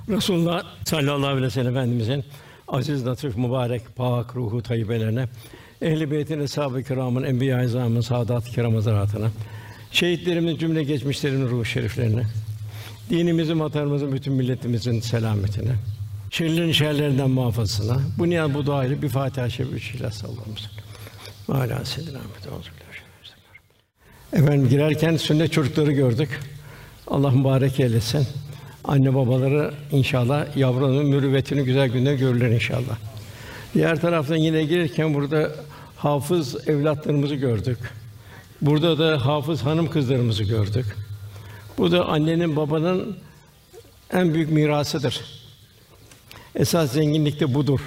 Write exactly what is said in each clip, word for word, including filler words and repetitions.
Resulullah sallallahu aleyhi ve sellem Efendimizin aziz, latif, mübarek, pak ruhu tayyibelerine, ehl-i beytin, eshab-ı kiramın, enbiya-i izamın, saadat-ı kiram hazaratına, şehitlerimizin cümle geçmişlerinin ruhu şeriflerine, dinimizin, vatanımızın, bütün milletimizin selametine, şerlerin şerlerinden muhafazasına, bu niyaz bu dua ile bir Fatiha-i Şerif, üç İhlas sallallahu aleyhi ve sellem. Ve alâ seyyidina Muhammed. Efendim girerken sünnet çocukları gördük. Allah mübarek eylesin. Anne babaları inşallah yavrunun mürüvvetini güzel günler görürler inşallah. Diğer taraftan yine gelirken burada hafız evlatlarımızı gördük. Burada da hafız hanım kızlarımızı gördük. Bu da annenin babanın en büyük mirasıdır. Esas zenginlik de budur.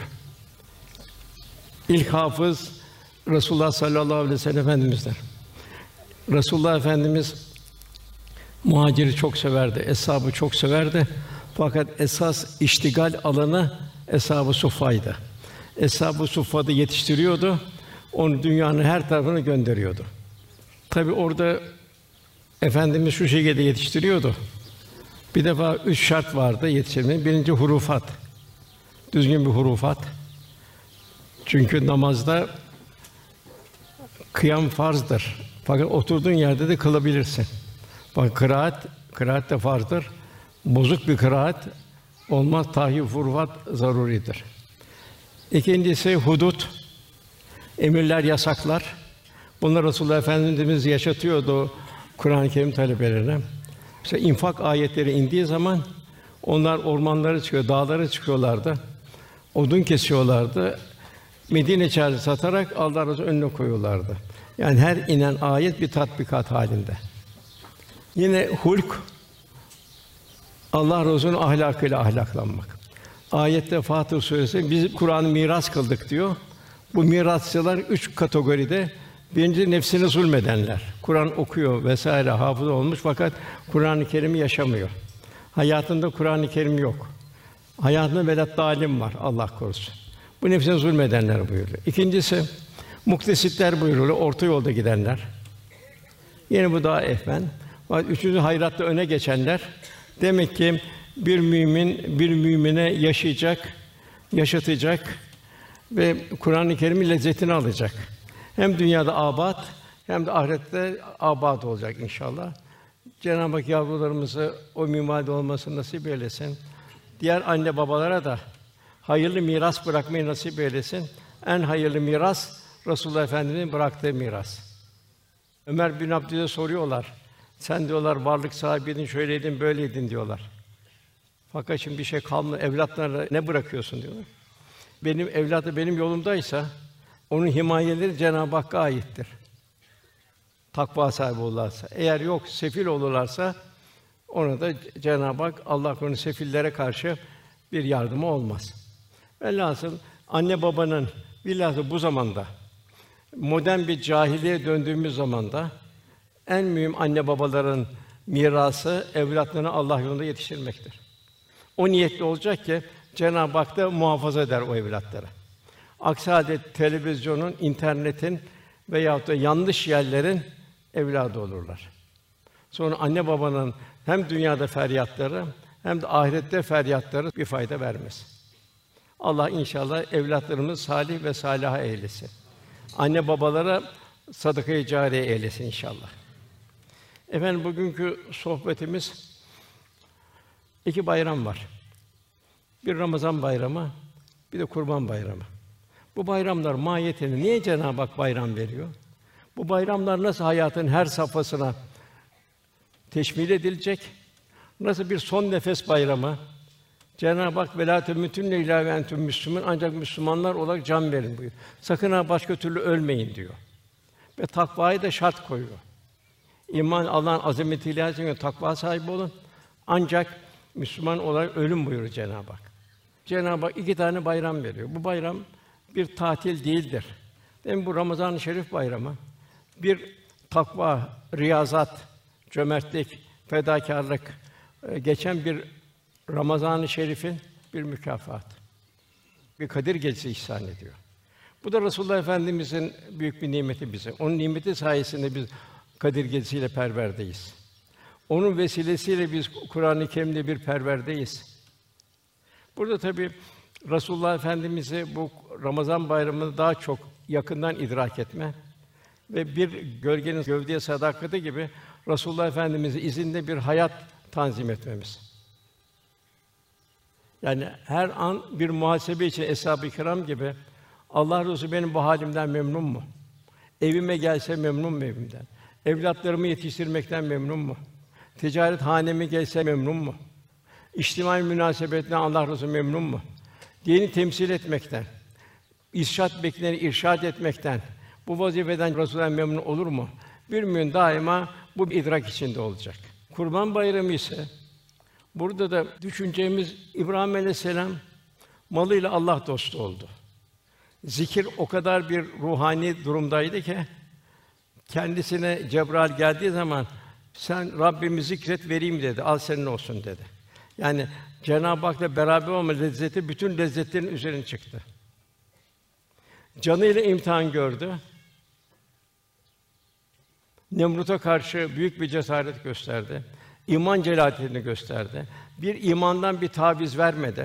İlk hafız Resulullah sallallahu aleyhi ve sellem Efendimiz'dir. Resulullah Efendimiz muhaciri çok severdi, eshabı çok severdi. Fakat esas iştigal alanı eshab-ı suffaydı. Eshab-ı suffada yetiştiriyordu, onu dünyanın her tarafına gönderiyordu. Tabi orada Efendimiz şu şekilde yetiştiriyordu. Bir defa üç şart vardı yetiştirmenin. Birinci hurufat, düzgün bir hurufat. Çünkü namazda kıyam farzdır. Fakat oturduğun yerde de kılabilirsin. Bak kıraat, kıraat de farzdır. Bozuk bir kıraat olmaz. Tahiyyu hurufat zaruridir. İkincisi hudut, emirler, yasaklar. Bunlar Resulullah Efendimiz yaşatıyordu Kur'an-ı Kerim talebelerine. Mesela infak ayetleri indiği zaman onlar ormanlara çıkıyor, dağlara çıkıyorlardı. Odun kesiyorlardı. Medine çarşısına satarak Allah Resulü önüne koyuyorlardı. Yani her inen ayet bir tatbikat halinde. Yine hulk, Allah Resulü'nün ahlakıyla ahlaklanmak. Ayette Fatır Suresi biz Kur'an'ı miras kıldık diyor. Bu mirasçılar üç kategoride. Birinci nefsine zulmedenler. Kur'an okuyor vesaire hafız olmuş fakat Kur'an-ı Kerim'i yaşamıyor. Hayatında Kur'an-ı Kerim yok. Hayatında velat talim var Allah korusun. Bu nefsine zulmedenler buyuruyor. İkincisi muktesitler buyuruyor. Orta yolda gidenler. Yine bu daha ehven. Üçüncü hayratta öne geçenler. Demek ki bir mümin bir mümine yaşayacak, yaşatacak ve Kur'an-ı Kerim'in lezzetini alacak. Hem dünyada abad hem de ahirette abad olacak inşallah. Cenab-ı Hak yavrularımızı o minvalde olmasını nasip eylesin. Diğer anne babalara da hayırlı miras bırakmayı nasip eylesin. En hayırlı miras Resulullah Efendimiz'in bıraktığı miras. Ömer bin Abdülaziz'e soruyorlar. Sen diyorlar varlık sahibiydin, şöyleydin, böyleydin diyorlar. Fakat şimdi bir şey kalmadı. Evlatlarına ne bırakıyorsun diyorlar. Benim evladı benim yolumdaysa onun himayeleri Cenab-ı Hakk'a aittir. Takva sahibi olurlarsa. Eğer yok, sefil olurlarsa ona da Cenab-ı Hak Allah korusun sefillere karşı bir yardımı olmaz. Velhasıl anne babanın bilhassa bu zamanda modern bir cahiliye döndüğümüz zamanda en mühim anne babaların mirası evlatlarını Allah yolunda yetiştirmektir. O niyetli olacak ki Cenab-ı Hak da muhafaza eder o evlatları. Aksi halde televizyonun, internetin veyahut da yanlış yerlerin evladı olurlar. Sonra anne babanın hem dünyada feryatları hem de ahirette feryatları bir fayda vermez. Allah inşallah evlatlarımızı salih ve sâliha eylesin. Anne babalara sadaka-i câriye eylesin inşallah. Efendim bugünkü sohbetimiz iki bayram var. Bir Ramazan bayramı, bir de Kurban bayramı. Bu bayramlar mahiyetini niye Cenab-ı Hak bayram veriyor? Bu bayramlar nasıl hayatın her safhasına teşmil edilecek? Nasıl bir son nefes bayramı? Cenab-ı Hak velâ temûtunne illâ ve entüm müslümûn, ancak Müslümanlar olarak can verin buyuruyor. Sakın ha başka türlü ölmeyin diyor. Ve takvayı da şart koyuyor. İman Allah'ın azametiyle hakkında takva sahibi olun. Ancak Müslüman olarak ölüm buyuruyor Cenab-ı Hak. Cenab-ı Hak iki tane bayram veriyor. Bu bayram bir tatil değildir. Değil bu Ramazan-ı Şerif bayramı bir takva, riyazat, cömertlik, fedakârlık geçen bir Ramazan-ı Şerif'in bir mükafat. Bir Kadir Gecesi ihsan ediyor. Bu da Resulullah Efendimizin büyük bir nimeti bize. Onun nimeti sayesinde biz Kadir Gecesi'yle perverdeyiz. Onun vesilesiyle biz Kur'an-ı Kerim'de bir perverdeyiz. Burada tabii Resulullah Efendimiz'i bu Ramazan bayramını daha çok yakından idrak etme ve bir gölgenin gövdeye sadakati gibi Resulullah Efendimiz'in izinde bir hayat tanzim etmemiz. Yani her an bir muhasebe için eshab-ı kiram gibi Allah Resulü benim bu halimden memnun mu? Evime gelse memnun mu evimden? Evlatlarımı yetiştirmekten memnun mu? Ticaret haneme gelse memnun mu? İçtimai münasebetten Allah Resulü memnun mu? Dini temsil etmekten, irşad bekleneni irşad etmekten, bu vazifeden Resulullah memnun olur mu? Bir mümin daima bu idrak içinde olacak. Kurban Bayramı ise burada da düşüneceğimiz İbrahim Aleyhisselam malıyla Allah dostu oldu. Zikir o kadar bir ruhani durumdaydı ki kendisine Cebrail geldiği zaman sen Rabbimi zikret vereyim dedi. Al senin olsun dedi. Yani Cenab-ı Hak'la beraber olma lezzeti bütün lezzetlerin üzerine çıktı. Canıyla imtihan gördü. Nemrut'a karşı büyük bir cesaret gösterdi. İman celatini gösterdi. Bir imandan bir taviz vermedi.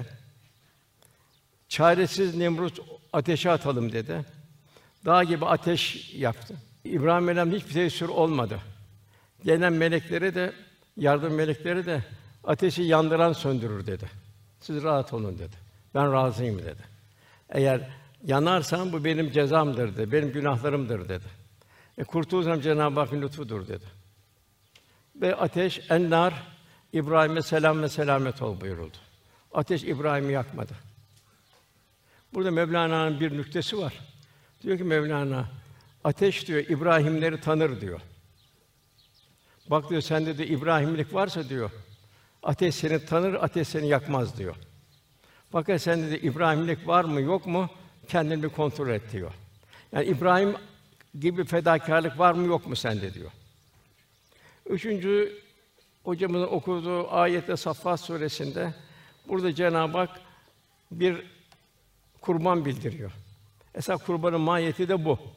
Çaresiz Nemrut ateşe atalım dedi. Dağ gibi ateş yaptı. İbrahim Aleyhisselam hiçbir tesir olmadı. Gelen meleklere de yardım melekleri de ateşi yandıran söndürür dedi. Siz rahat olun dedi. Ben razıyım dedi. Eğer yanarsan bu benim cezamdır dedi. Benim günahlarımdır dedi. E kurtulursam Cenab-ı Hakk'ın lütfudur dedi. Ve ateş en-nar İbrahim'e selam ve selamet ol buyuruldu. Ateş İbrahim'i yakmadı. Burada Mevlana'nın bir nüktesi var. Diyor ki Mevlana, ateş diyor İbrahimleri tanır diyor. Bak diyor sende de İbrahimlik varsa diyor, ateş seni tanır, ateş seni yakmaz diyor. Fakat sende de İbrahimlik var mı yok mu kendini bir kontrol et diyor. Yani İbrahim gibi fedakârlık var mı yok mu sende diyor. Üçüncü hocamızın okuduğu ayette Saffat suresinde burada Cenab-ı Hak bir kurban bildiriyor. Esas kurbanın mahiyeti de bu.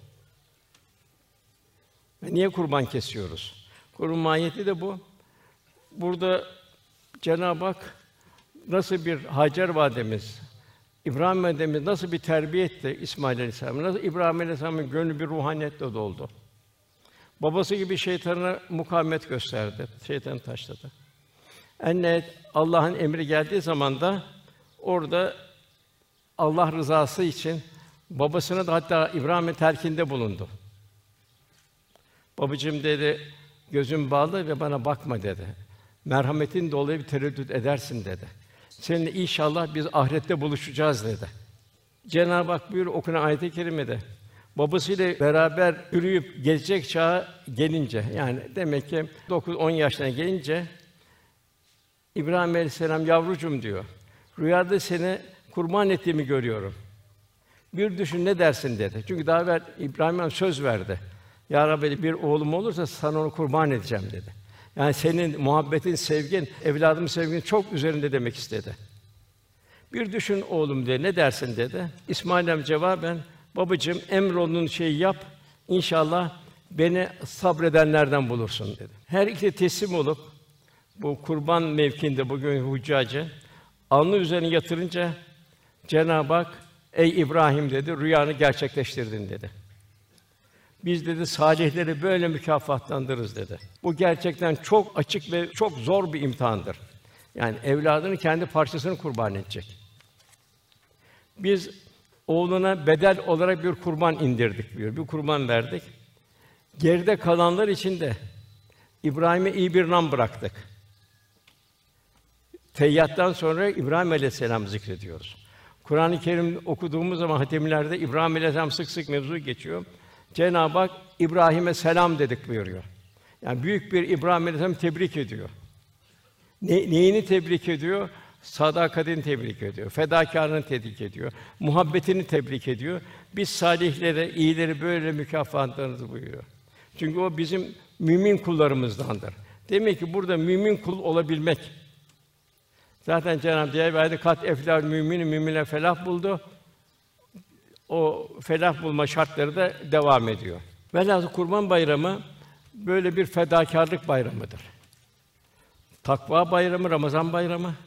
Ve niye kurban kesiyoruz? Kurban mahiyeti de bu. Burada Cenab-ı Hak nasıl bir Hacer validemiz, İbrahim validemiz nasıl bir terbiye etti İsmail Aleyhisselam, nasıl İbrahim Aleyhisselam'ın gönlü bir ruhaniyetle doldu. Babası gibi şeytana mukavemet gösterdi, şeytanı taşladı. En nihayet Allah'ın emri geldiği zaman da orada Allah rızası için babasına da hatta İbrahim'in terkinde bulundu. Babacığım dedi, gözüm bağlı ve bana bakma dedi. Merhametin dolayı bir tereddüt edersin dedi. Seninle inşallah biz ahirette buluşacağız dedi. Cenab-ı Hak buyuruyor okunan ayet-i kerimede babasıyla beraber yürüyüp gezecek çağa gelince yani demek ki dokuz on yaşlarına gelince İbrahim Aleyhisselam yavrucum diyor. Rüyada seni kurban ettiğimi görüyorum. Bir düşün ne dersin dedi. Çünkü daha evvel İbrahim'e söz verdi. Ya Rabbi bir oğlum olursa sana onu kurban edeceğim dedi. Yani senin muhabbetin, sevgin, evladımın sevgin çok üzerinde demek istedi. Bir düşün oğlum diye ne dersin dedi. İsmail amca cevaben babacığım emrolunun şeyi yap. İnşallah beni sabredenlerden bulursun dedi. Her iki teslim olup bu kurban mevkiinde bugün huccacı alnı üzerine yatırınca Cenab-ı Hak ey İbrahim dedi rüyanı gerçekleştirdin dedi. Biz dedi salihleri böyle mükafatlandırırız dedi. Bu gerçekten çok açık ve çok zor bir imtihandır. Yani evladını kendi parçasını kurban edecek. Biz oğluna bedel olarak bir kurban indirdik diyor. Bir kurban verdik. Geride kalanlar için de İbrahim'e iyi bir nam bıraktık. Teyyattan sonra İbrahim Aleyhisselam zikrediyoruz. Kur'an-ı Kerim okuduğumuz zaman hatimlerde İbrahim Aleyhisselam sık sık mevzu geçiyor. Cenab-ı Hak İbrahim'e selam dedik buyuruyor. Yani büyük bir İbrahim Aleyhisselam tebrik ediyor. Ne, neyini tebrik ediyor? Sadakatini tebrik ediyor. Fedakârlığını tebrik ediyor. Muhabbetini tebrik ediyor. Biz salihlere, iyileri böyle mükafatlarınızı buyuruyor. Çünkü o bizim mümin kullarımızdandır. Demek ki burada mümin kul olabilmek. Zaten Cenab-ı Hak verdi kat eflâl müminin müminle felah buldu. O felah bulma şartları da devam ediyor. Velhâsıl Kurban Bayramı böyle bir fedakârlık bayramıdır. Takva bayramı, Ramazan bayramı.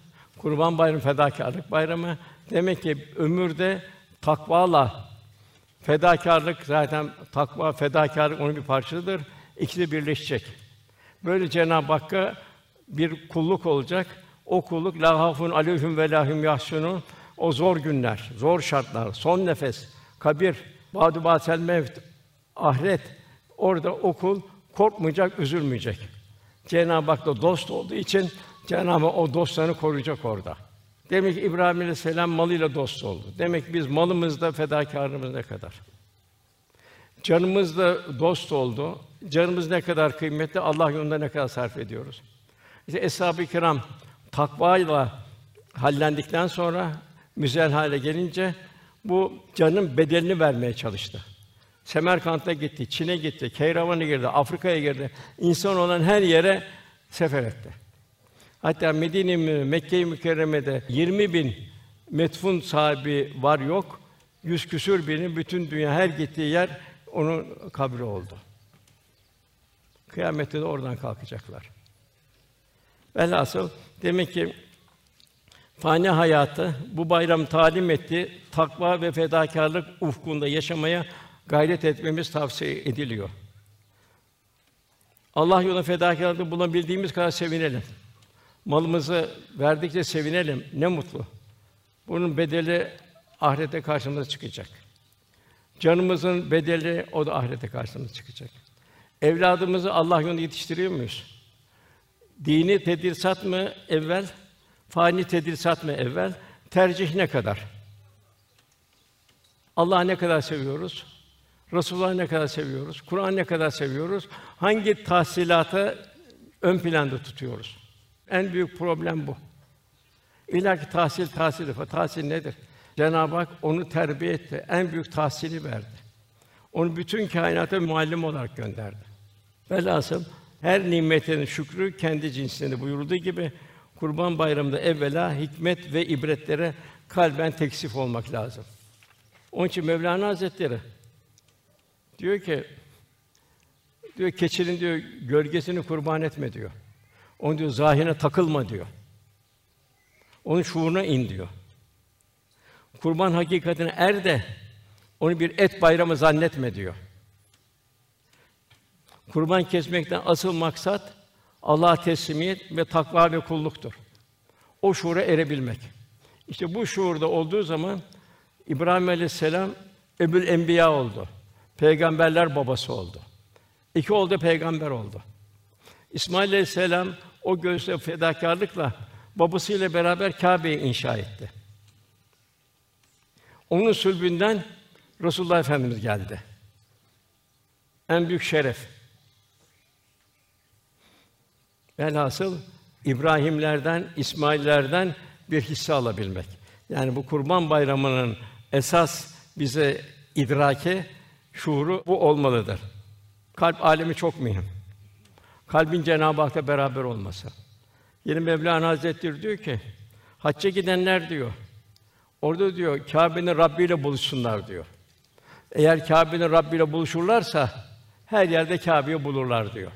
Kurban Bayramı fedakârlık bayramı. Demek ki ömürde takvayla fedakârlık, zaten takva fedakârlık onun bir parçasıdır. İkisi birleşecek. Böyle Cenab-ı Hakk'a bir kulluk olacak. O kulluk la hafun aleyhim ve lahum yahsunun. O zor günler, zor şartlar, son nefes, kabir, ba'du ba'sel mevt, ahiret. Orada o kul korkmayacak, üzülmeyecek. Cenab-ı Hak'la dost olduğu için Cenab-ı Hak o dostlarını koruyacak orada. Demek ki İbrahim Aleyhisselam malıyla dost oldu. Demek ki biz malımızda fedakârlığımız ne kadar? Canımızla dost oldu. Canımız ne kadar kıymetli, Allah yolunda ne kadar sarf ediyoruz? İşte Eshab-ı Kiram takvayla hallendikten sonra müzel hale gelince bu canın bedelini vermeye çalıştı. Semerkant'a gitti, Çin'e gitti, Keyravan'a girdi, Afrika'ya girdi. İnsan olan her yere sefer etti. Hatta Medine-i Mekke-i Mükerreme'de yirmi bin metfun sahibi var yok, yüz küsür bini bütün dünya her gittiği yer onun kabri oldu. Kıyamette de oradan kalkacaklar. Velhasıl demek ki fani hayatı bu bayram talim etti, takva ve fedakârlık ufkunda yaşamaya gayret etmemiz tavsiye ediliyor. Allah yolunda fedakârlıkta bulunabildiğimiz kadar sevinelim. Malımızı verdikçe sevinelim. Ne mutlu. Bunun bedeli ahirete karşımıza çıkacak. Canımızın bedeli o da ahirete karşımıza çıkacak. Evladımızı Allah yolunda yetiştiriyor muyuz? Dini tedrisat mı evvel, fani tedrisat mı evvel? Tercih ne kadar? Allah'ı ne kadar seviyoruz? Resulullah'ı ne kadar seviyoruz? Kur'an'ı ne kadar seviyoruz? Hangi tahsilatı ön planda tutuyoruz? En büyük problem bu. İlla ki tahsil tahsil. Tahsil nedir? Cenab-ı Hak onu terbiye etti. En büyük tahsili verdi. Onu bütün kainata muallim olarak gönderdi. Velhasıl her nimetin şükrü kendi cinsinde buyurulduğu gibi Kurban Bayramı'nda evvela hikmet ve ibretlere kalben teksif olmak lazım. Onun için Mevlana Hazretleri diyor ki, diyor keçinin diyor gölgesini kurban etme diyor. Onun diyor zahirine takılma diyor. Onun şuuruna in diyor. Kurban hakikatine er de onu bir et bayramı zannetme diyor. Kurban kesmekten asıl maksat Allah'a teslimiyet ve takva ve kulluktur. O şuura erebilmek. İşte bu şuurda olduğu zaman İbrahim Aleyhisselam Ebul Enbiya oldu. Peygamberler babası oldu. İki oldu peygamber oldu. İsmail Aleyhisselam o göğsüne fedakârlıkla babasıyla beraber Kâbe'yi inşa etti. Onun sülbünden Resulullah Efendimiz geldi. En büyük şeref. Velhasıl İbrahimlerden, İsmaillerden bir hisse alabilmek. Yani bu Kurban Bayramı'nın esas bize idraki, şuuru bu olmalıdır. Kalp alemi çok mühim. Kalbin Cenab-ı Hak'la beraber olması. Yine Mevlana Hazretleri diyor ki, hacca gidenler diyor, orada diyor Kâbe'nin Rabbi ile buluşsunlar diyor. Eğer Kâbe'nin Rabbi ile buluşurlarsa her yerde Kâbe'yi bulurlar diyor.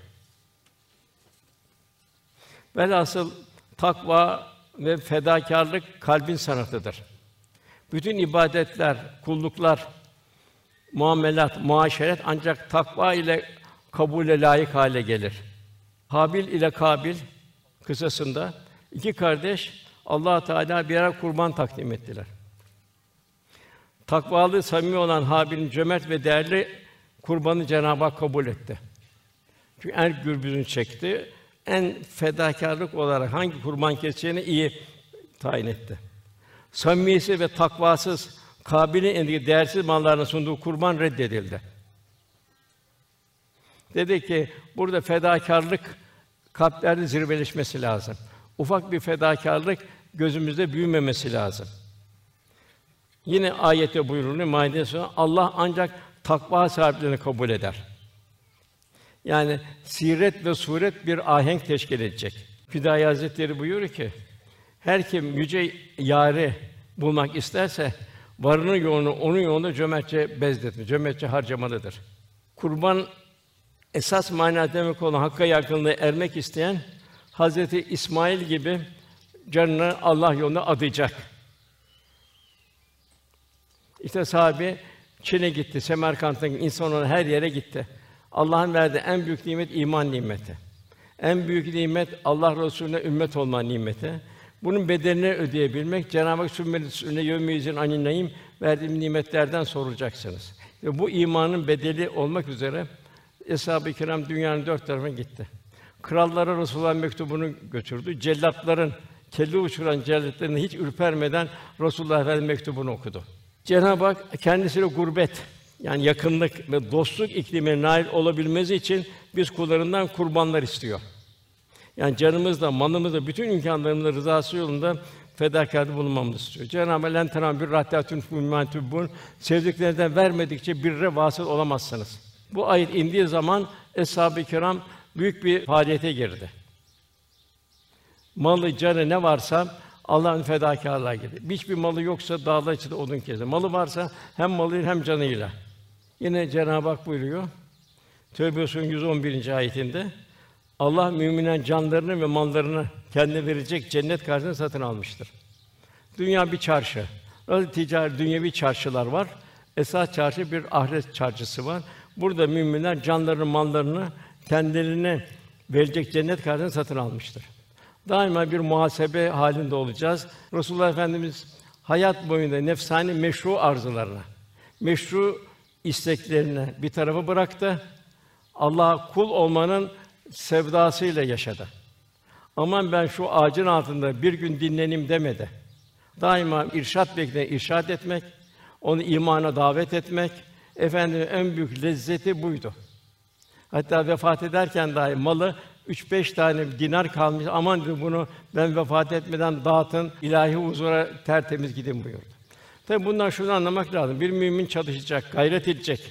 Velhasıl takva ve fedakârlık kalbin sanatıdır. Bütün ibadetler, kulluklar, muamelat, muaşeret ancak takva ile kabule layık hale gelir. Habil ile Kabil kıssasında iki kardeş Allah Teala birer kurban takdim ettiler. Takvalı, samimi olan Habil'in cömert ve değerli kurbanı Cenab-ı Hak kabul etti. Çünkü en gürbüzünü çekti, en fedakârlık olarak hangi kurban keseceğini iyi tayin etti. Samimiyeti ve takvasız Kabil'in elindeki değersiz mallarına sunduğu kurban reddedildi. Dedi ki burada fedakârlık kalplerde zirveleşmesi lazım. Ufak bir fedakârlık gözümüzde büyümemesi lazım. Yine ayette buyuruluyor Maide Suresi, Allah ancak takva sahiplerini kabul eder. Yani siret ve suret bir ahenk teşkil edecek. Hüdayi Hazretleri buyuruyor ki, her kim yüce yâri bulmak isterse varını yoğunu onun yolunda cömertçe bezletme, cömertçe harcamalıdır. Kurban esas manada demek olan Hakk'a yakınlığa ermek isteyen Hazreti İsmail gibi canını Allah yoluna adayacak. İşte sahabe Çin'e gitti, Semerkant'a gitti, insanoğlu her yere gitti. Allah'ın verdiği en büyük nimet iman nimeti. En büyük nimet Allah Resulüne ümmet olma nimeti. Bunun bedelini ödeyebilmek, Cenab-ı Hak sünnetüne yevmiyizin anin naim verdiğim nimetlerden soracaksınız. Ve bu imanın bedeli olmak üzere Eshab-ı Kiram dünyanın dört tarafına gitti. Krallara Resulullah'ın mektubunu götürdü. Cellatların, kelle uçuran cellatların hiç ürpermeden Resulullah Efendimiz mektubunu okudu. Cenab-ı Hak kendisine gurbet, yani yakınlık ve dostluk iklimine nail olabilmesi için biz kullarından kurbanlar istiyor. Yani canımızla, malımızla, bütün imkânlarımızla rızası yolunda fedakârlık bulunmamızı istiyor. Cenab-ı Hak "Len tenâlu birra hattâ tunfiqû mimâ tuhibbûn" sevdiklerinizden vermedikçe birre vasıl olamazsınız. Bu ayet indiği zaman Eshab-ı Kiram büyük bir faaliyete girdi. Malı, canı ne varsa Allah'ın fedakârlığa girdi. Hiçbir malı yoksa dağlar içinde odun kesti. Malı varsa hem malıyla hem canıyla. Yine Cenab-ı Hak buyuruyor. Tevbe Sûresinin yüz on birinci ayetinde Allah müminlerin canlarını ve mallarını kendine verecek cennet karşılığında satın almıştır. Dünya bir çarşı. Orada ticari, dünyevi çarşılar var. Esas çarşı bir ahiret çarşısı var. Burada müminler canlarını, mallarını kendilerine verecek cennet karşılığında satın almıştır. Daima bir muhasebe halinde olacağız. Resulullah Efendimiz hayat boyunca nefsani meşru arzularına, meşru isteklerini bir tarafa bıraktı. Allah'a kul olmanın sevdasıyla yaşadı. Aman ben şu ağacın altında bir gün dinleneyim demedi. Daima irşad bekleyen irşad etmek, onu imana davet etmek, efendim en büyük lezzeti buydu. Hatta vefat ederken dahi malı üç beş tane dinar kalmış. Aman diyor, bunu ben vefat etmeden dağıtın, ilahi huzura tertemiz gidin buyurdu. Tabi bundan şunu anlamak lazım. Bir mümin çalışacak, gayret edecek.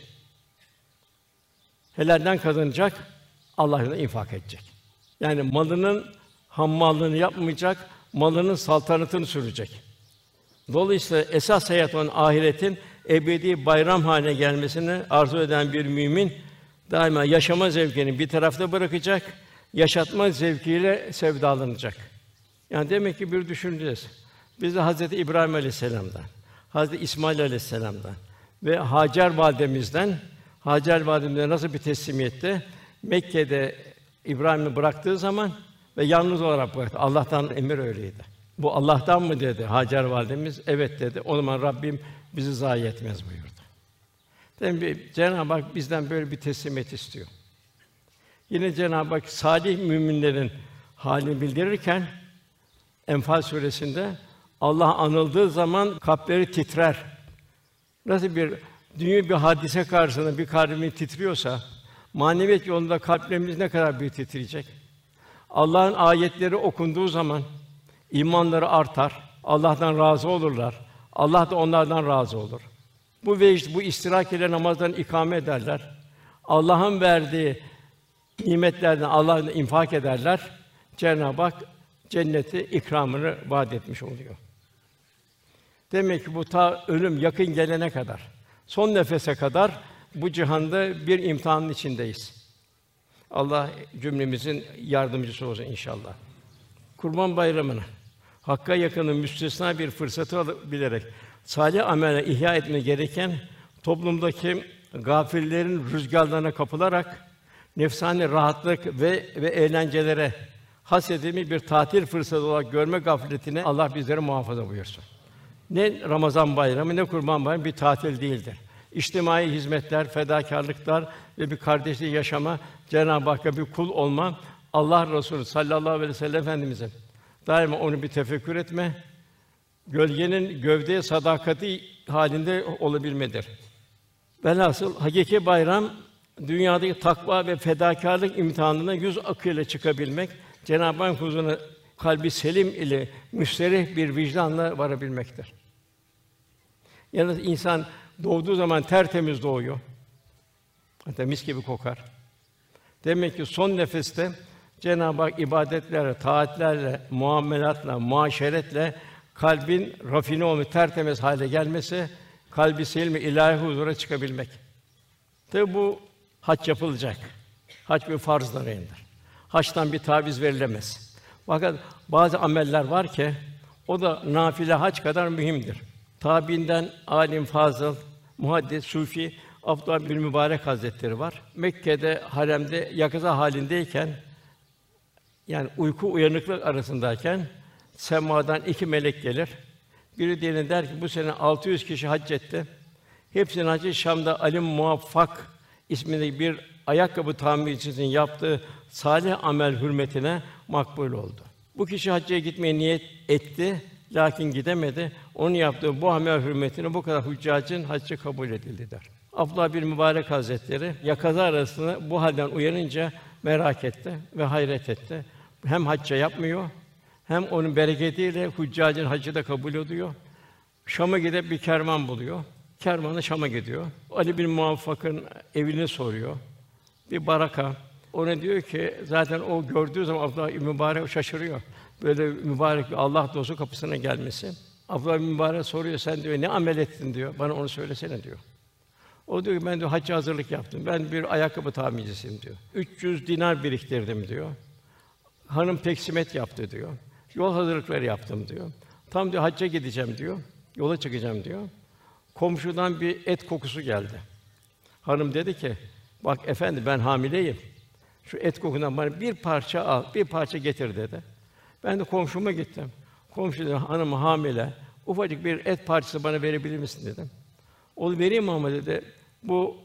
Helalden kazanacak, Allah yolunda infak edecek. Yani malının hammallığını yapmayacak, malının saltanatını sürecek. Dolayısıyla esas hayat olan ahiretin ebedi bayram haline gelmesini arzu eden bir mümin daima yaşama zevkini bir tarafta bırakacak, yaşatma zevkiyle sevdalanacak. Yani demek ki bir düşüneceğiz. Biz de Hazreti İbrahim Aleyhisselam'dan, Hazreti İsmail Aleyhisselam'dan ve Hacer validemizden, Hacer validemizden nasıl bir teslimiyette Mekke'de İbrahim'i bıraktığı zaman ve yalnız olarak bıraktı. Allah'tan emir öyleydi. Bu Allah'tan mı dedi Hacer validemiz? Evet dedi. O zaman Rabbim bizi zayi etmez buyurdu. Demek Cenab-ı Hak bizden böyle bir teslimiyet istiyor. Yine Cenab-ı Hak salih müminlerin halini bildirirken Enfal suresinde Allah anıldığı zaman kalpleri titrer. Nasıl bir dünya bir hadise karşısında bir kalbimiz titriyorsa, maneviyat yolunda kalplerimiz ne kadar büyük titreyecek? Allah'ın ayetleri okunduğu zaman imanları artar, Allah'tan razı olurlar. Allah da onlardan razı olur. Bu vecd, bu istirak ile namazlarını ikame ederler. Allah'ın verdiği nimetlerden Allah'ın infak ederler. Cenab-ı Hak cenneti ikramını vaad etmiş oluyor. Demek ki bu ta ölüm yakın gelene kadar, son nefese kadar bu cihanda bir imtihanın içindeyiz. Allah cümlemizin yardımcısı olsun inşallah. Kurban Bayramı'nı Hakk'a yakının müstesna bir fırsatı alıp bilerek salih amele ihya etme gereken toplumdaki gafillerin rüzgârlarına kapılarak nefsani rahatlık ve ve eğlencelere hasedilmiş bir tatil fırsatı olarak görme gafletine Allah bizleri muhafaza buyursun. Ne Ramazan Bayramı ne Kurban Bayramı bir tatil değildir. İçtimai hizmetler, fedakârlıklar ve bir kardeşlik yaşama, Cenab-ı Hakk'a bir kul olma, Allah Resulü sallallahu aleyhi ve sellem Efendimizin daima onu bir tefekkür etme, gölgenin gövdeye sadakati halinde olabilmedir. Velhasıl hakiki bayram dünyadaki takva ve fedakârlık imtihanına yüz akıyla çıkabilmek, Cenab-ı Hak huzuruna kalbi selim ile müsterih bir vicdanla varabilmektir. Yalnız insan doğduğu zaman tertemiz doğuyor. Hatta mis gibi kokar. Demek ki son nefeste Cenab-ı Hak ibadetlerle, taatlerle, muamelatla, muaşeretle kalbin rafine olmuş, tertemiz hale gelmesi, kalbi selim ilahi huzura çıkabilmek. Tabi bu hac yapılacak. Hac bir farzlarındır. Haçtan bir taviz verilemez. Fakat bazı ameller var ki o da nafile hac kadar mühimdir. Tabiinden alim fazıl, muhaddis, sufi Abdullah bin Mübarek Hazretleri var. Mekke'de haremde yakaza halindeyken yani uyku uyanıklık arasındayken semadan iki melek gelir. Biri diğerine der ki bu sene altı yüz kişi hac etti. Hepsinin hacı Şam'da Alim Muvaffak isminde bir ayakkabı tamircisinin yaptığı salih amel hürmetine makbul oldu. Bu kişi hacca gitmeye niyet etti, lakin gidemedi. Onun yaptığı bu amel hürmetine bu kadar hüccacın haccı kabul edildi der. Abdullah bin Mübarek Hazretleri yakaza arasında bu halden uyanınca merak etti ve hayret etti. Hem hacca yapmıyor, hem onun bereketiyle hüccacın haccı da kabul ediyor. Şam'a gidip bir kervan buluyor. Kervanla Şam'a gidiyor. Ali bin Muvaffak'ın evini soruyor. Bir baraka. Ona diyor ki zaten o gördüğü zaman Abdullah bin Mübarek şaşırıyor. Böyle mübarek bir Allah dostu kapısına gelmesi. Abdullah bin Mübarek soruyor, sen diyor ne amel ettin diyor. Bana onu söylesene diyor. O diyor ki ben diyor hacca hazırlık yaptım. Ben bir ayakkabı tamircisiyim diyor. üç yüz dinar biriktirdim diyor. Hanım peksimet yaptı diyor. Yol hazırlıkları yaptım diyor. Tam diyor hacca gideceğim diyor. Yola çıkacağım diyor. Komşudan bir et kokusu geldi. Hanım dedi ki, bak efendi ben hamileyim. Şu et kokundan bana bir parça al, bir parça getir dedi. Ben de komşuma gittim. Komşu dedi, hanım hamile. Ufacık bir et parçası bana verebilir misin dedim. O vereyim ama dedi. Bu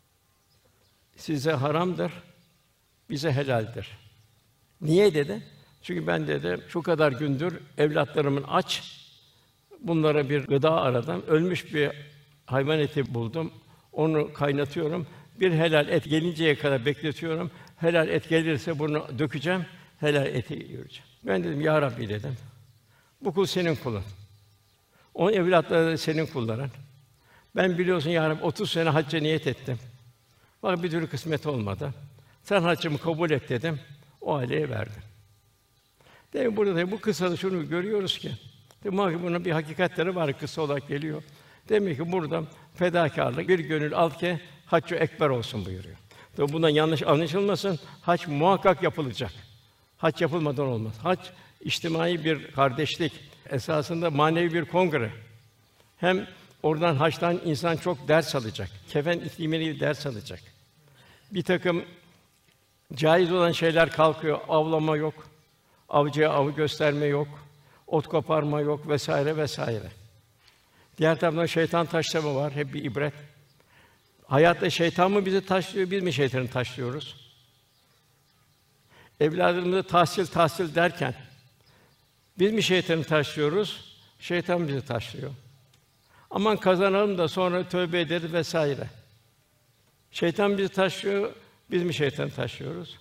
size haramdır, bize helaldir. Niye dedi? Çünkü ben dedi şu kadar gündür evlatlarımın aç. Bunlara bir gıda aradım. Ölmüş bir hayvan eti buldum. Onu kaynatıyorum. Bir helal et gelinceye kadar bekletiyorum. Helal et gelirse bunu dökeceğim. Helal eti yiyeceğim. Ben dedim ya Rabbi dedim. Bu kul senin kulun. Onun evlatları da senin kulların. Ben biliyorsun ya Rabbi otuz sene hacca niyet ettim. Bak bir türlü kısmet olmadı. Sen haccımı kabul et dedim. O aileye verdim. Demek burada da bu kıssada şunu görüyoruz ki demek ki bunun bir hakikatleri var, kıssa olarak geliyor. Demek ki burada fedakârlık bir gönül al ki haccı ekber olsun buyuruyor. Tabi bundan yanlış anlaşılmasın. Hac muhakkak yapılacak. Hac yapılmadan olmaz. Hac içtimai bir kardeşlik, esasında manevi bir kongre. Hem oradan haçtan insan çok ders alacak. Kefen iklimini ders alacak. Bir takım caiz olan şeyler kalkıyor. Avlama yok. Avcıya avı gösterme yok. Ot koparma yok vesaire vesaire. Diğer taraftan şeytan taşlama var. Hep bir ibret. Hayatta şeytan mı bizi taşlıyor, biz mi şeytanı taşlıyoruz? Evladımızı tahsil tahsil derken biz mi şeytanı taşlıyoruz? Şeytan bizi taşlıyor. Aman kazanalım da sonra tövbe ederiz vesaire. Şeytan bizi taşlıyor, biz mi şeytanı taşlıyoruz?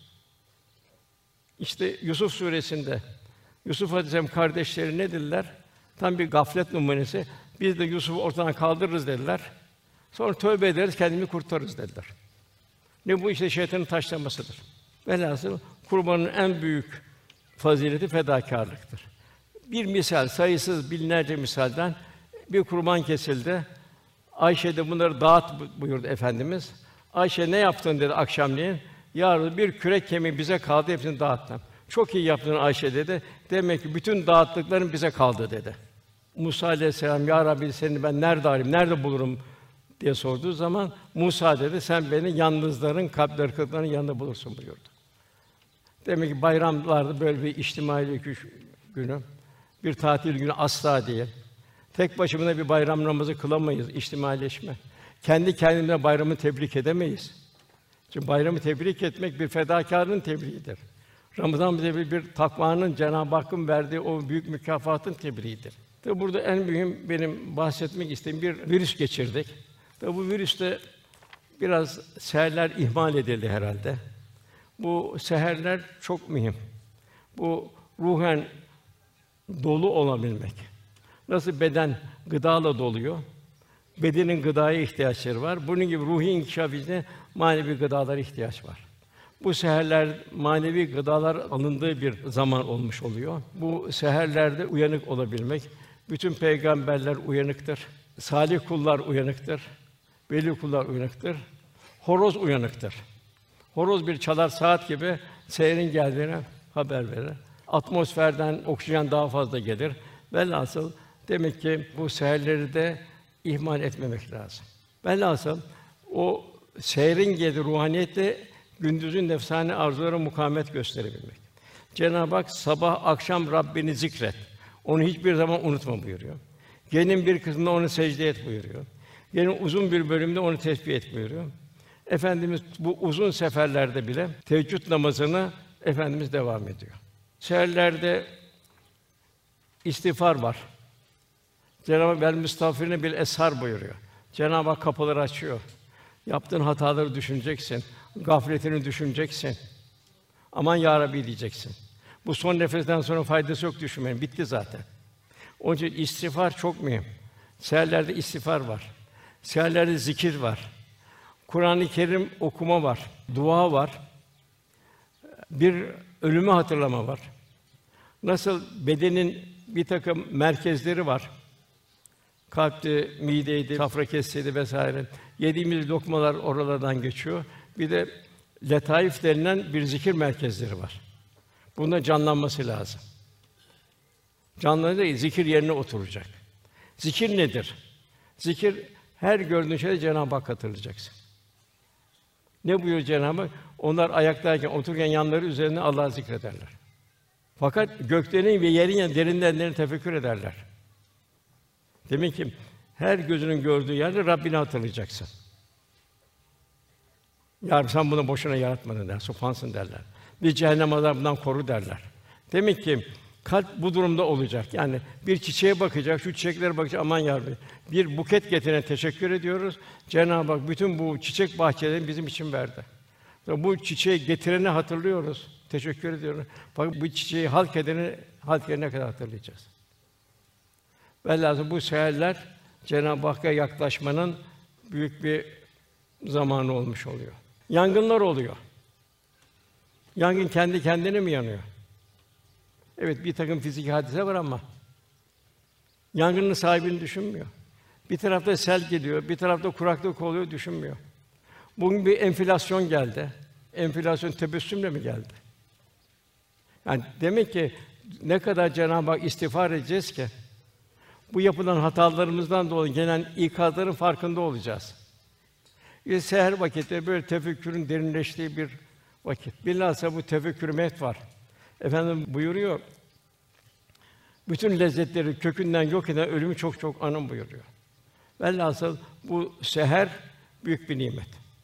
İşte Yusuf suresinde Yusuf Aleyhisselam kardeşleri ne dediler? Tam bir gaflet numunesi. Biz de Yusuf'u ortadan kaldırırız dediler. Sonra tövbe ederiz, kendimizi kurtarırız dediler. Ne bu işte şeytanın taşlamasıdır. Velhasıl kurbanın en büyük fazileti fedakârlıktır. Bir misal, sayısız binlerce misalden bir kurban kesildi. Ayşe de bunları dağıt buyurdu Efendimiz. Ayşe ne yaptın dedi akşamleyin. Ya bir kürek kemiği bize kaldı, hepsini dağıttım. Çok iyi yaptın Ayşe dedi. Demek ki bütün dağıttıkların bize kaldı dedi. Musa aleyhisselam ya Rabbi seni ben nerede arayayım, nerede bulurum diye sorduğu zaman Musa dedi sen beni yalnızların, kalpleri kırıkların yanında bulursun buyurdu. Demek ki bayramlarda böyle bir içtimailik günü, bir tatil günü asla değil. Tek başımıza bir bayram namazı kılamayız, içtimaileşme. Kendi kendine bayramı tebrik edemeyiz. Çünkü bayramı tebrik etmek bir fedakârın tebriğidir. Ramazan bize bir, bir takvanın Cenab-ı Hakk'ın verdiği o büyük mükafatın tebriğidir. Tabi burada en mühim benim bahsetmek istediğim bir virüs geçirdik. Tabi bu virüste biraz seherler ihmal edildi herhalde. Bu seherler çok mühim. Bu ruhen dolu olabilmek. Nasıl beden gıdayla doluyor, bedenin gıdaya ihtiyaçları var. Bunun gibi ruhi inkişaf için manevi gıdalara ihtiyaç var. Bu seherler manevi gıdalar alındığı bir zaman olmuş oluyor. Bu seherlerde uyanık olabilmek. Bütün peygamberler uyanıktır. Salih kullar uyanıktır. Veli kullar uyanıktır. Horoz uyanıktır. Horoz bir çalar saat gibi seherin geldiğine haber verir. Atmosferden oksijen daha fazla gelir. Velhasıl demek ki bu seherleri de ihmal etmemek lazım. Velhasıl o sehrin geldiği ruhaniyetle gündüzün nefsani arzulara mukavemet gösterebilmek. Cenab-ı Hak sabah akşam Rabbini zikret. Onu hiçbir zaman unutma buyuruyor. Gecenin bir kısmında onu secde et buyuruyor. Gecenin uzun bir bölümünde onu tesbih et buyuruyor. Efendimiz bu uzun seferlerde bile teheccüd namazını Efendimiz devam ediyor. Seherlerde istiğfar var. Cenab-ı Hak "Vel müstağfirine bil eshar" buyuruyor. Cenab-ı Hak kapıları açıyor. Yaptığın hataları düşüneceksin, gafletini düşüneceksin. Aman ya Rabbi diyeceksin. Bu son nefesten sonra faydası yok düşünmenin. Bitti zaten. Onun için istiğfar çok mühim. Seherlerde istiğfar var. Seherlerde zikir var. Kur'an-ı Kerim okuma var. Dua var. Bir ölümü hatırlama var. Nasıl bedenin bir takım merkezleri var. Kalpti, mideydi, safra kesesiydi vesaire. Yediğimiz lokmalar oralardan geçiyor. Bir de letaif denilen bir zikir merkezleri var. Bunda canlanması lazım. Canlanınca zikir yerine oturacak. Zikir nedir? Zikir her gördüğün şeyde Cenab-ı Hak hatırlayacaksın. Ne buyuruyor Cenab-ı Hak? Onlar ayaktayken, otururken yanları üzerine Allah'ı zikrederler. Fakat göklerin ve yerin ya derinlerine tefekkür ederler. Demek ki her gözünün gördüğü yerde Rabbini hatırlayacaksın. Ya Rabbi, sen bunu boşuna yaratmadın der, sufansın derler. Bir cehennem azabından koru derler. Demek ki kalp bu durumda olacak. Yani bir çiçeğe bakacak, şu çiçeklere bakacak, aman ya Rabbi, bir buket getirene teşekkür ediyoruz. Cenab-ı Hak bütün bu çiçek bahçelerini bizim için verdi. Bu çiçeği getireni hatırlıyoruz, teşekkür ediyoruz. Fakat bu çiçeği halk edeni, halk edene kadar hatırlayacağız. Velhâsıl bu seherler Cenab-ı Hakk'a yaklaşmanın büyük bir zamanı olmuş oluyor. Yangınlar oluyor. Yangın kendi kendine mi yanıyor? Evet, bir takım fiziki hadise var ama yangının sahibini düşünmüyor. Bir tarafta sel geliyor, bir tarafta kuraklık oluyor, düşünmüyor. Bugün bir enflasyon geldi. Enflasyon tebessümle mi geldi? Yani demek ki ne kadar Cenab-ı Hak istiğfar edeceğiz ki bu yapılan hatalarımızdan dolayı gelen ikazların farkında olacağız. Bir seher vakiti böyle tefekkürün derinleştiği bir vakit. Bilhassa bu tefekkür mevt var. Efendim buyuruyor. Bütün lezzetleri kökünden yok eden ölümü çok çok anın buyuruyor. Velhasıl bu seher büyük bir nimet.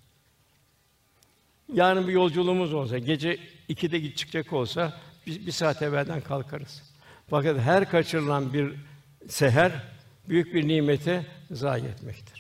Yarın bir yolculuğumuz olsa, gece ikide çıkacak olsa biz bir saat evvelden kalkarız. Fakat her kaçırılan bir seher büyük bir nimeti zayi etmektir.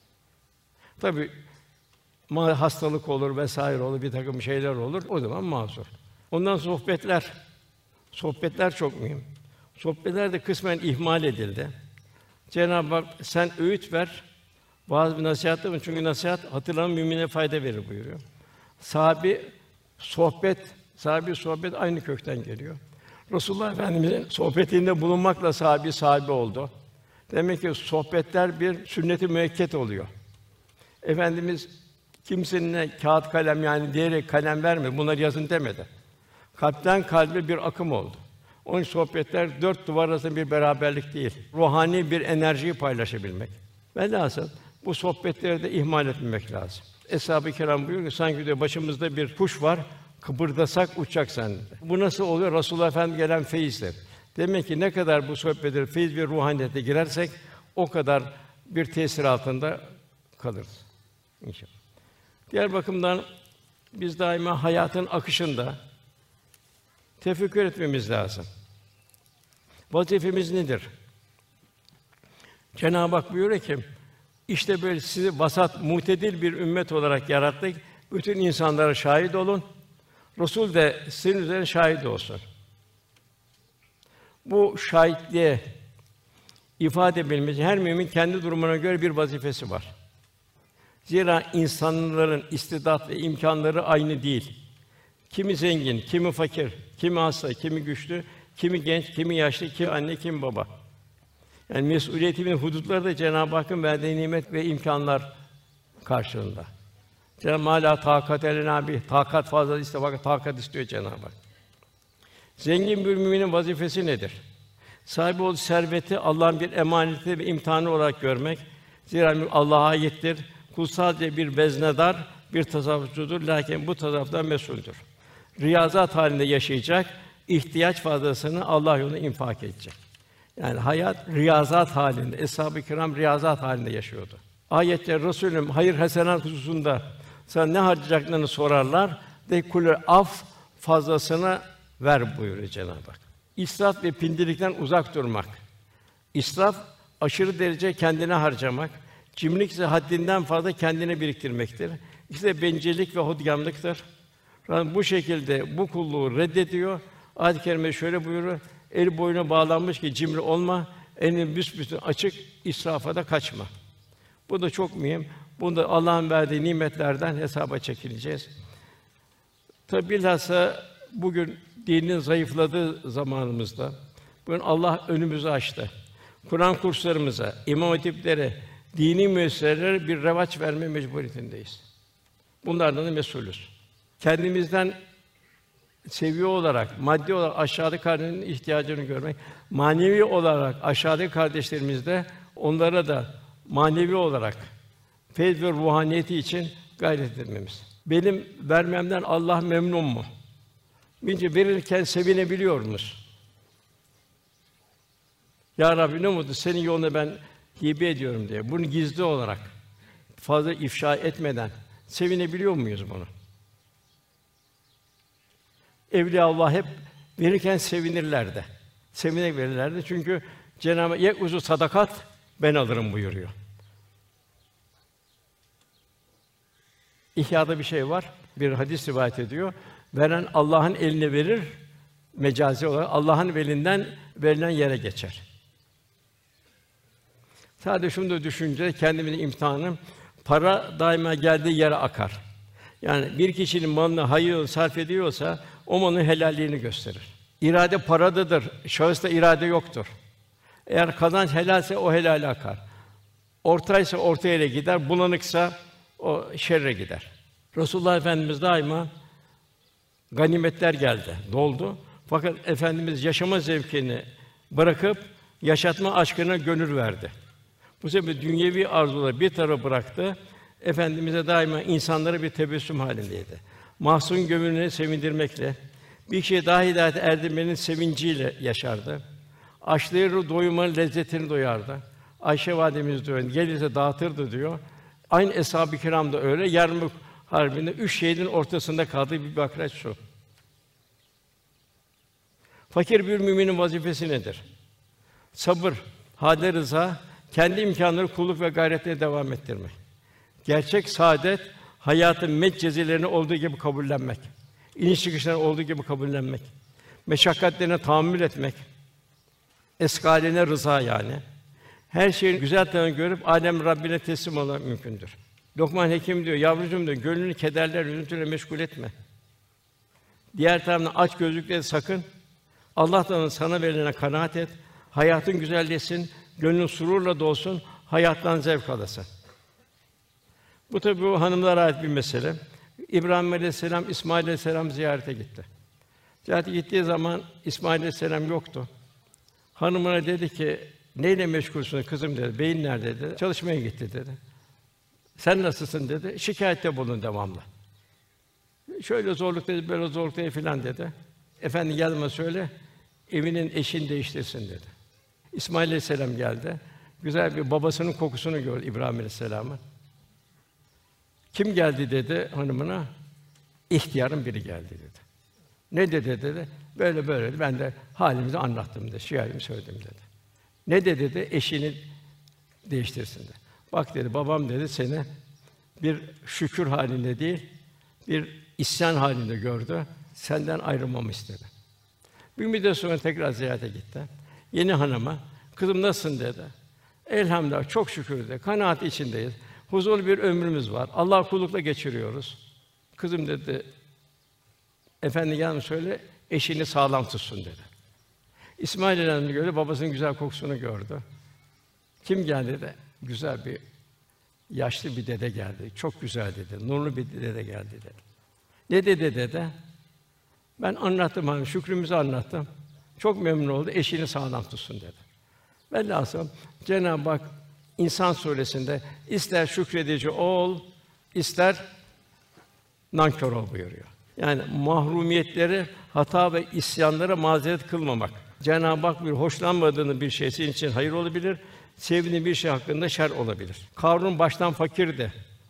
Tabii hastalık olur vesaire olur, bir takım şeyler olur. O zaman mazur. Ondan sohbetler. Sohbetler çok mühim. Sohbetler de kısmen ihmal edildi. Cenab-ı Hak sen öğüt ver, bazı bir nasihatler var. Çünkü nasihat hatırlanan mümine fayda verir buyuruyor. Sahabi sohbet, sahabi sohbet aynı kökten geliyor. Resulullah Efendimiz'in sohbetinde bulunmakla sahabi sahabi oldu. Demek ki sohbetler bir sünnet-i müekket oluyor. Efendimiz kimsenin kağıt kalem yani diyerek kalem vermedi. Bunları yazın demedi. Kalpten kalbe bir akım oldu. Onun sohbetler dört duvar arasında bir beraberlik değil. Ruhani bir enerjiyi paylaşabilmek. Velhasıl bu sohbetleri de ihmal etmemek lazım. Eshab-ı Kiram buyuruyor ki sanki diyor başımızda bir kuş var. Kıpırdasak uçacak sen. Bu nasıl oluyor? Resulullah Efendimiz gelen feyizdir. Demek ki ne kadar bu sohbetleri feyiz ve ruhaniyete girersek o kadar bir tesir altında kalırız inşallah. Diğer bakımdan biz daima hayatın akışında tefekkür etmemiz lazım. Vazifemiz nedir? Cenab-ı Hak buyuruyor ki işte böyle sizi vasat, mutedil bir ümmet olarak yarattık. Bütün insanlara şahit olun. Resul de sizin üzerine şahit olsun. Bu şahitliğe ifade edilmesi her mümin kendi durumuna göre bir vazifesi var. Zira insanların istidat ve imkanları aynı değil. Kimi zengin, kimi fakir, kimi hasta, kimi güçlü, kimi genç, kimi yaşlı, kimi anne, kimi baba. Yani mesuliyetimin hudutları da Cenab-ı Hakk'ın verdiği nimet ve imkanlar karşılığında. Cenab-ı Hak takat elena bi takat fazla iste fakat takat istiyor Cenab-ı Hak. Zengin bir müminin vazifesi nedir? Sahibi olduğu serveti Allah'ın bir emaneti ve imtihanı olarak görmek. Zira mülk Allah'a aittir. Kul sadece bir veznedar, bir tasarrufçudur. Lakin bu tasarruftan mesuldür. Riyazat halinde yaşayacak, ihtiyaç fazlasını Allah yolunda infak edecek. Yani hayat riyazat halinde, Eshab-ı Kiram riyazat halinde yaşıyordu. Ayette Resulüm hayır hasenat hususunda sana ne harcayacaklarını sorarlar. De kulü af fazlasını ver buyuruyor Cenab-ı Hak. İsraf ve pindilikten uzak durmak. İsraf aşırı derece kendine harcamak, cimrilik ise haddinden fazla kendine biriktirmektir. İşte bencillik ve hodgamlıktır. Yani bu şekilde bu kulluğu reddediyor. Ayet-i kerime şöyle buyuruyor: El boyuna bağlanmış ki cimri olma, elini büsbütün açık, israfa da kaçma. Bu da çok mühim. Bunda Allah'ın verdiği nimetlerden hesaba çekileceğiz. Tabi bilhassa bugün dinin zayıfladığı zamanımızda, bugün Allah önümüzü açtı. Kur'an kurslarımıza, imam hatiplere, dini müesseselere bir revaç verme mecburiyetindeyiz. Bunlardan da mesulüz. Kendimizden seviye olarak, maddi olarak aşağıdaki kardeşlerin ihtiyacını görmek, manevi olarak aşağıdaki kardeşlerimizde onlara da manevi olarak feyz ve ruhaniyeti için gayret etmemiz. Benim vermemden Allah memnun mu? Bince verirken sevinebiliyor musun? Ya Rabbi ne mutlu senin yoluna ben hibe ediyorum diye. Bunu gizli olarak fazla ifşa etmeden sevinebiliyor muyuz bunu? Evliyaullah hep verirken sevinirlerdi. Sevinerek verirlerdi. Çünkü Cenab-ı Hak "Yekuzu sadakat ben alırım" buyuruyor. İhya'da bir şey var. Bir hadis rivayet ediyor. Veren Allah'ın eline verir, mecazi olarak Allah'ın velinden verilen yere geçer. Sadece şunu da düşünce kendimin imtihanım, para daima geldiği yere akar. Yani bir kişinin malını hayır sarf ediyorsa o malın helalliğini gösterir. İrade paradadır. Şahısta irade yoktur. Eğer kazanç helalse o helale akar. Ortaysa orta yere gider, bulanıksa o şerre gider. Resulullah Efendimiz daima ganimetler geldi, doldu. Fakat Efendimiz yaşama zevkini bırakıp yaşatma aşkına gönül verdi. Bu sebeple dünyevi arzuları bir tarafa bıraktı. Efendimize daima insanlara bir tebessüm halindeydi. Mahzun gönlünü sevindirmekle, bir kişiye daha hidayete erdirmenin sevinciyle yaşardı. Açlığı doyumanın lezzetini duyardı. Ayşe validemiz diyor, gelirse dağıtırdı diyor. Aynı Eshab-ı Kiram da öyle. Yarmuk Harbi'nde üç şehidin ortasında kaldığı bir vakra şu. Fakir bir müminin vazifesi nedir? Sabır, hâl-i rıza, kendi imkânları kulluk ve gayretle devam ettirmek. Gerçek saadet, hayatın metcezelerini olduğu gibi kabullenmek. İniş çıkışlarını olduğu gibi kabullenmek. Meşakkatlerine tahammül etmek. Eskaline rıza yani. Her şeyin güzel tarafını görüp alem Rabbine teslim olmak mümkündür. Lokman Hekim diyor, yavrucuğum diyor, gönlünü kederler, üzüntüyle meşgul etme. Diğer taraftan aç gözlükleri sakın. Allah'tan sana verilene kanaat et. Hayatın güzelleşsin, gönlün sururla dolsun, hayattan zevk alasın. Bu tabii bu hanımlara ait bir mesele. İbrahim Aleyhisselam, İsmail Aleyhisselam ziyarete gitti. Ziyarete gittiği zaman İsmail Aleyhisselam yoktu. Hanımına dedi ki, neyle meşgulsün kızım dedi. Beyin nerede dedi. Çalışmaya gitti dedi. Sen nasılsın dedi. Şikâyette bulun devamlı. Şöyle zorluk dedi, böyle zorluk dedi filan dedi. Efendi gelme söyle, evinin eşini değiştirsin dedi. İsmail Aleyhisselam geldi. Güzel bir babasının kokusunu gördü İbrahim Aleyhisselam'ın. Kim geldi dedi hanımına? İhtiyarın biri geldi dedi. Ne dedi dedi? Böyle böyle dedi. Ben de halimizi anlattım dedi. Şikâyetimi söyledim dedi. Ne dedi dedi? Eşini değiştirsin dedi. Bak dedi, babam dedi seni bir şükür halinde değil, bir isyan halinde gördü. Senden ayrılmamı istedi. Bir müddet sonra tekrar ziyarete gitti. Yeni hanıma, kızım nasılsın dedi. Elhamdülillah çok şükür dedi. Kanaat içindeyiz. Huzurlu bir ömrümüz var. Allah kullukla geçiriyoruz. Kızım dedi, efendi gelme söyle, eşini sağlam tutsun dedi. İsmail Aleyhisselam'ı gördü, babasının güzel kokusunu gördü. Kim geldi dedi? Güzel bir yaşlı bir dede geldi. Çok güzel dedi. Nurlu bir dede geldi dedi. Ne dedi dede? Ben anlattım, hani şükrümüzü anlattım. Çok memnun oldu. Eşini sağlam tutsun dedi. Velhasıl Cenab-ı Hak İnsan Suresi'nde ister şükredici ol, ister nankör ol buyuruyor. Yani mahrumiyetleri, hata ve isyanlara mazeret kılmamak. Cenab-ı Hak bir hoşlanmadığını bir şey senin için hayır olabilir, sevdiğin bir şey hakkında şer olabilir. Kârun baştan fakirdi.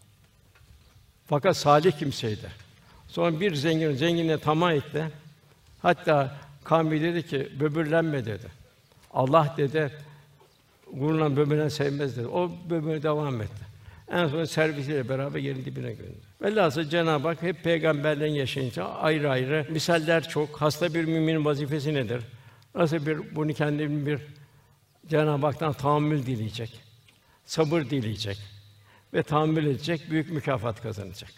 Fakat salih kimseydi. Sonra bir zengin zenginliğe tamah etti. Hatta kavmi dedi ki böbürlenme dedi. Allah dedi gururla böbürlen sevmez dedi. O böbürlüğe devam etti. En son servisiyle beraber yerin dibine gömdü. Velhâsıl Cenab-ı Hak hep peygamberlerin yaşayınca ayrı ayrı misaller çok. Hasta bir müminin vazifesi nedir? Nasıl bir bunu kendinin bir Cenab-ı Hak'tan tahammül dileyecek, sabır dileyecek ve tahammül edecek, büyük mükafat kazanacak.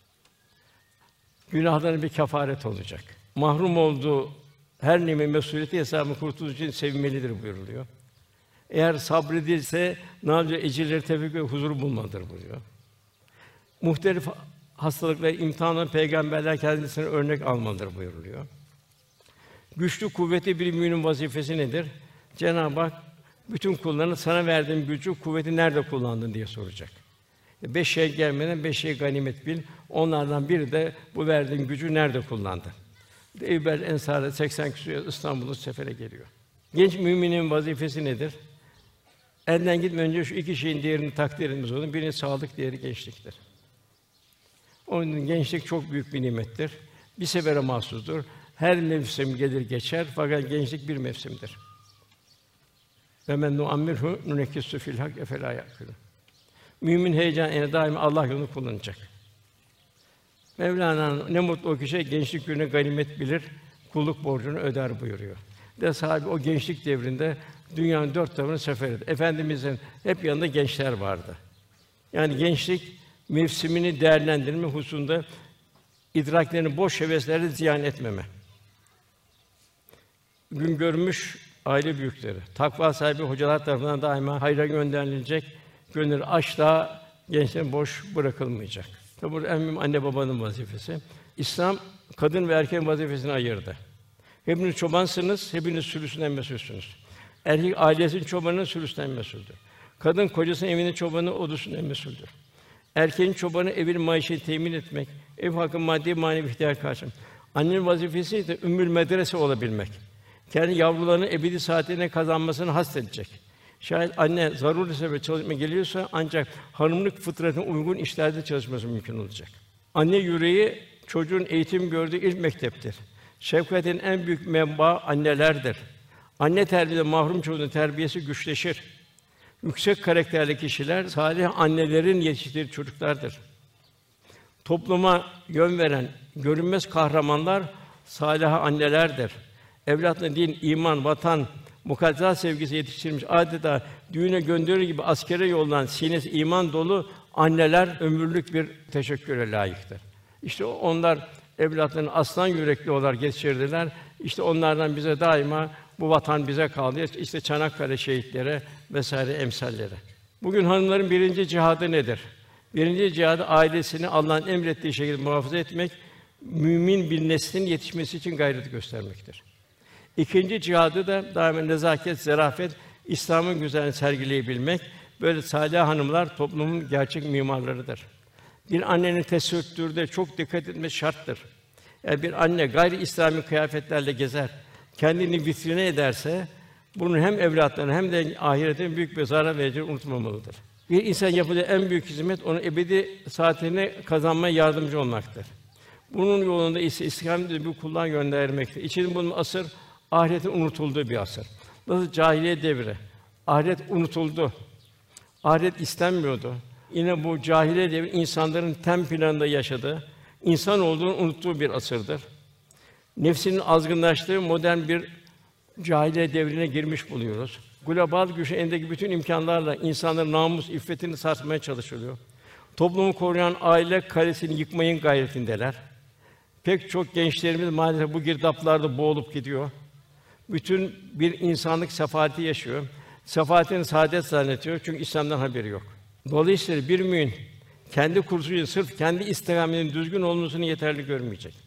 Günahların bir kefaret olacak. Mahrum olduğu her nimet mesuliyeti hesabını kurtuluş için sevinmelidir buyuruluyor. Eğer sabredilse ne yapacak? Ecirleri tevfik ve huzur bulmalıdır buyuruyor. Muhtelif hastalıklar, imtihanlar peygamberler kendisine örnek almalıdır buyuruluyor. Güçlü, kuvvetli bir müminin vazifesi nedir? Cenab-ı Hak bütün kullarına sana verdiğim gücü, kuvveti nerede kullandın diye soracak. Beş şey gelmeden beş şey ganimet bil. Onlardan biri de bu verdiğin gücü nerede kullandın? Evvel Ensar'da seksen küsur İstanbul'un sefere geliyor. Genç müminin vazifesi nedir? Elden gitmeden önce şu iki şeyin değerini takdir etmemiz olur. Birinin sağlık, diğeri gençliktir. Onun için gençlik çok büyük bir nimettir. Bir sefere mahsustur. Her mevsim gelir geçer fakat gençlik bir mevsimdir. Ve men nuammirhu nunekkisu fil hak efela ya'kulun. Mümin heyecan ile daima Allah yolunu kullanacak. Mevlana'nın ne mutlu o kişi gençlik gününe ganimet bilir, kulluk borcunu öder buyuruyor. De sahibi o gençlik devrinde dünyanın dört tarafını sefer etti. Efendimizin hep yanında gençler vardı. Yani gençlik mevsimini değerlendirme hususunda idraklerini boş heveslerle ziyan etmeme. Gün görmüş aile büyükleri, takva sahibi hocalar tarafından daima hayra gönderilecek, gönül açlığa gençlerin boş bırakılmayacak. Tabi burada en mühim anne babanın vazifesi. İslam kadın ve erkeğin vazifesini ayırdı. Hepiniz çobansınız, hepiniz sürüsünden mesulsünüz. Erkek ailesinin çobanının sürüsünden mesuldür. Kadın kocasının evinin çobanı odusundan mesuldür. Erkeğin çobanı evin maişetini temin etmek, ev hakkı maddi manevi ihtiyaç karşılamak. Annenin vazifesi ise ümmül medrese olabilmek. Kendi yavrularının ebedi saatlerine kazanmasını hasredecek. Şayet anne zaruri sebep çalışma geliyorsa ancak hanımlık fıtratına uygun işlerde çalışması mümkün olacak. Anne yüreği çocuğun eğitim gördüğü ilk mekteptir. Şefkatin en büyük menbaı annelerdir. Anne terbiyede mahrum çocuğun terbiyesi güçleşir. Yüksek karakterli kişiler salih annelerin yetiştirdiği çocuklardır. Topluma yön veren görünmez kahramanlar salih annelerdir. Evlatlarına din, iman, vatan, mukaddesat sevgisi yetiştirilmiş adeta düğüne gönderir gibi askere yollanan sinesi iman dolu anneler ömürlük bir teşekküre layıktır. İşte onlar evlatlarını aslan yürekli olarak yetiştirdiler. İşte onlardan bize daima bu vatan bize kaldı. İşte Çanakkale şehitleri vesaire emsalleri. Bugün hanımların birinci cihadı nedir? Birinci cihadı ailesini Allah'ın emrettiği şekilde muhafaza etmek, mümin bir neslin yetişmesi için gayret göstermektir. İkinci cihadı da daima nezaket, zarafet, İslam'ın güzelliğini sergileyebilmek. Böyle salih hanımlar toplumun gerçek mimarlarıdır. Bir annenin tesettürde çok dikkat etmesi şarttır. Eğer bir anne gayri İslami kıyafetlerle gezer, kendini vitrine ederse bunun hem evlatlarına hem de ahiretine büyük bir zarar vereceğini unutmamalıdır. Bir insan yapıcı en büyük hizmet onun ebedi saatini kazanmaya yardımcı olmaktır. Bunun yolunda ise istikametle bir kulluğa göndermektir. İçinde bunun asır ahiretin unutulduğu bir asır. Nasıl cahiliye devri, ahiret unutuldu. Ahiret istenmiyordu. Yine bu cahiliye devri insanların tem planında yaşadığı, insan olduğunu unuttuğu bir asırdır. Nefsinin azgınlaştığı modern bir cahiliye devrine girmiş buluyoruz. Global güç elindeki bütün imkânlarla insanların namus, iffetini sarsmaya çalışılıyor. Toplumu koruyan aile kalesini yıkmayın gayretindeler. Pek çok gençlerimiz maalesef bu girdaplarda boğulup gidiyor. Bütün bir insanlık sefaleti yaşıyor. Sefaletini saadet zannediyor çünkü İslam'dan haberi yok. Dolayısıyla bir mümin kendi kurtuluşu sırf kendi istikametinin düzgün olmasını yeterli görmeyecek.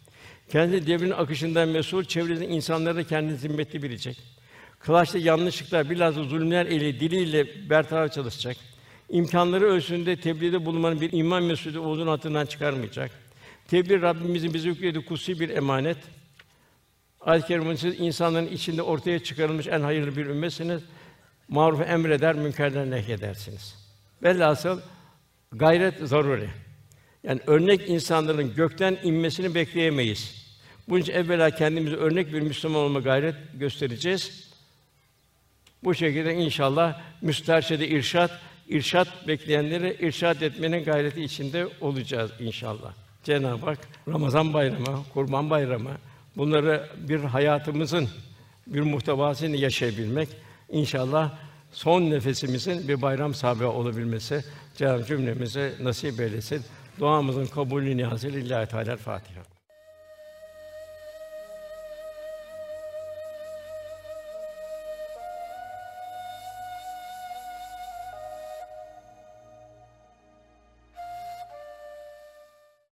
Kendi devrin akışından mesul, çevresindeki insanları da kendini zimmetli bilecek. Kılaçta yanlışlıklar, bilhassa zulümler eli, diliyle bertaraf çalışacak. İmkânları ölçüsünde tebliğde bulunmanın bir iman mesuliyeti olduğunu hatırından çıkarmayacak. Tebliğ Rabbimizin bize yüklediği kutsi bir emanet. Ayet-i kerimede siz insanların içinde ortaya çıkarılmış en hayırlı bir ümmetsiniz. Marufu emreder, münkerden nehyedersiniz. Velhasıl gayret zaruri. Yani örnek insanların gökten inmesini bekleyemeyiz. Bunun için evvela kendimize örnek bir Müslüman olma gayret göstereceğiz. Bu şekilde inşallah müsterşede irşad, irşad bekleyenleri irşad etmenin gayreti içinde olacağız inşallah. Cenab-ı Hak Ramazan bayramı, Kurban bayramı bunları bir hayatımızın bir muhtevasını yaşayabilmek, inşallah son nefesimizin bir bayram sahibi olabilmesi Cenab-ı Hak cümlemize nasip eylesin. Duamızın kabulü niyazı lillahi teâlâ Fatiha.